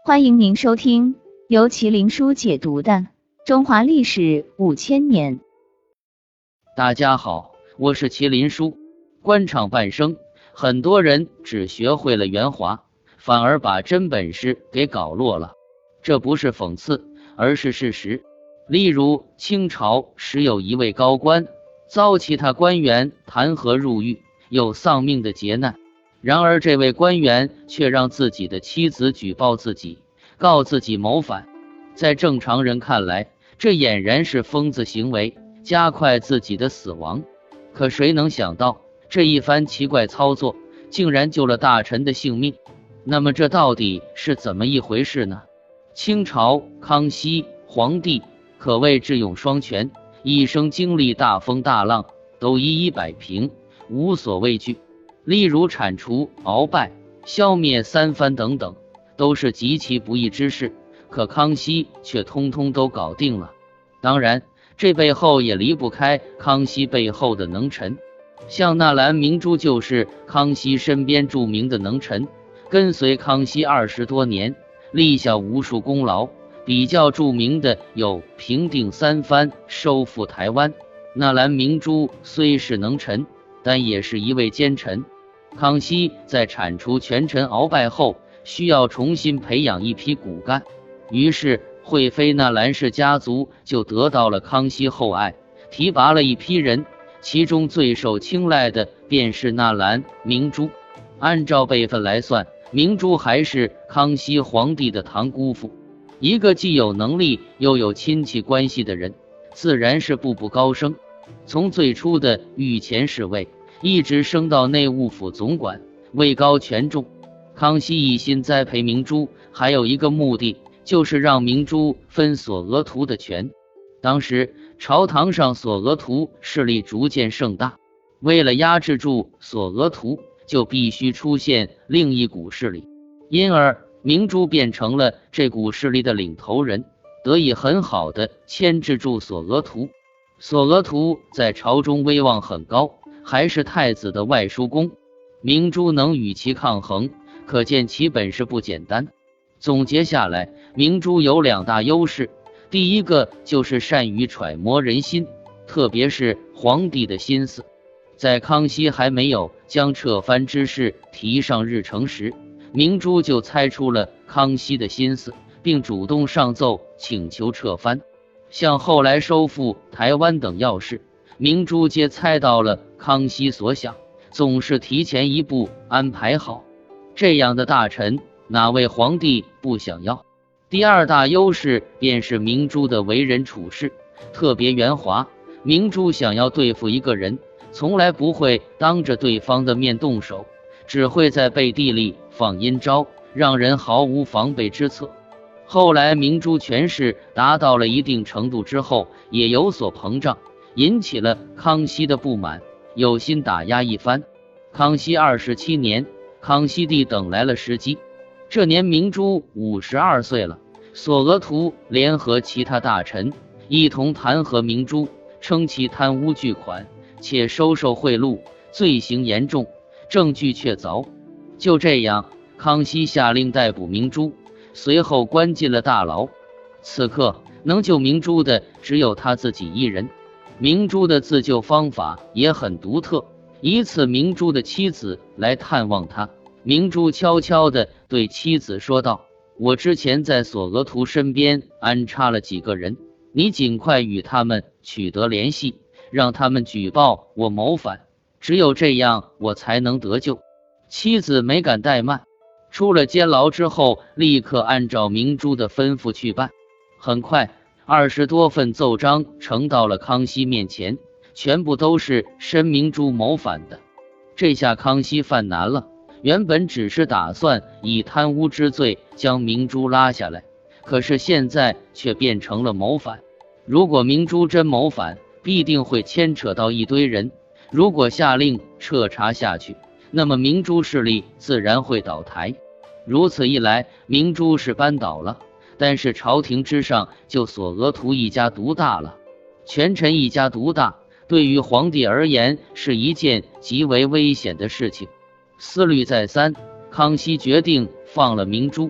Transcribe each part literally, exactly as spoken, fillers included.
欢迎您收听由麒麟书解读的《中华历史五千年》。 大家好，我是麒麟书。官场半生，很多人只学会了圆滑，反而把真本事给搞落了。这不是讽刺，而是事实。例如清朝时有一位高官，遭其他官员弹劾入狱，有丧命的劫难。然而这位官员却让自己的妻子举报自己，告自己谋反。在正常人看来，这俨然是疯子行为，加快自己的死亡。可谁能想到，这一番奇怪操作竟然救了大臣的性命。那么这到底是怎么一回事呢？清朝康熙皇帝可谓智勇双全，一生经历大风大浪，都一一摆平，无所畏惧。例如铲除鳌拜、消灭三藩等等，都是极其不易之事，可康熙却通通都搞定了。当然，这背后也离不开康熙背后的能臣，像纳兰明珠就是康熙身边著名的能臣，跟随康熙二十多年，立下无数功劳。比较著名的有平定三藩、收复台湾。纳兰明珠虽是能臣，但也是一位奸臣。康熙在铲除权臣鳌拜后，需要重新培养一批骨干，于是惠妃纳兰氏家族就得到了康熙厚爱，提拔了一批人，其中最受青睐的便是纳兰明珠。按照辈分来算，明珠还是康熙皇帝的堂姑父，一个既有能力又有亲戚关系的人，自然是步步高升。从最初的御前侍卫，一直升到内务府总管，位高权重。康熙一心栽培明珠，还有一个目的，就是让明珠分索额图的权。当时朝堂上索额图势力逐渐盛大，为了压制住索额图，就必须出现另一股势力，因而明珠变成了这股势力的领头人，得以很好的牵制住索额图。索额图在朝中威望很高，还是太子的外书公，明珠能与其抗衡，可见其本事不简单。总结下来，明珠有两大优势，第一个就是善于揣摩人心，特别是皇帝的心思。在康熙还没有将撤藩之事提上日程时，明珠就猜出了康熙的心思，并主动上奏请求撤藩。像后来收复台湾等要事，明珠皆猜到了康熙所想，总是提前一步安排好。这样的大臣，哪位皇帝不想要？第二大优势便是明珠的为人处事特别圆滑。明珠想要对付一个人，从来不会当着对方的面动手，只会在背地里放阴招，让人毫无防备之策。后来明珠权势达到了一定程度之后，也有所膨胀，引起了康熙的不满，有心打压一番。康熙二十七年，康熙帝等来了时机。这年明珠五十二岁了，索额图联合其他大臣一同弹劾明珠，称其贪污巨款，且收受贿赂，罪行严重，证据确凿。就这样，康熙下令逮捕明珠，随后关进了大牢。此刻能救明珠的只有他自己一人。明珠的自救方法也很独特。一次明珠的妻子来探望他，明珠悄悄地对妻子说道：我之前在索额图身边安插了几个人，你尽快与他们取得联系，让他们举报我谋反，只有这样我才能得救。妻子没敢怠慢，出了监牢之后，立刻按照明珠的吩咐去办。很快，二十多份奏章呈到了康熙面前，全部都是申明珠谋反的。这下康熙犯难了，原本只是打算以贪污之罪将明珠拉下来，可是现在却变成了谋反。如果明珠真谋反，必定会牵扯到一堆人，如果下令彻查下去，那么明珠势力自然会倒台。如此一来，明珠是扳倒了，但是朝廷之上就索额图一家独大了。权臣一家独大，对于皇帝而言是一件极为危险的事情。思虑再三，康熙决定放了明珠，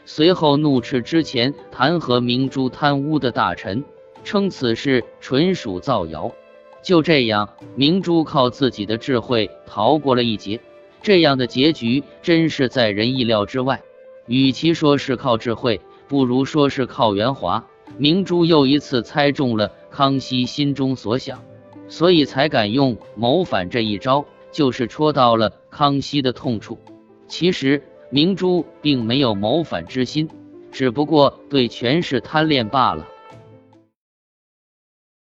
随后怒斥之前弹劾明珠贪污的大臣，称此事纯属造谣。就这样，明珠靠自己的智慧逃过了一劫。这样的结局真是在人意料之外。与其说是靠智慧，不如说是靠圆滑。明珠又一次猜中了康熙心中所想，所以才敢用谋反这一招，就是戳到了康熙的痛处。其实明珠并没有谋反之心，只不过对权势贪恋罢了。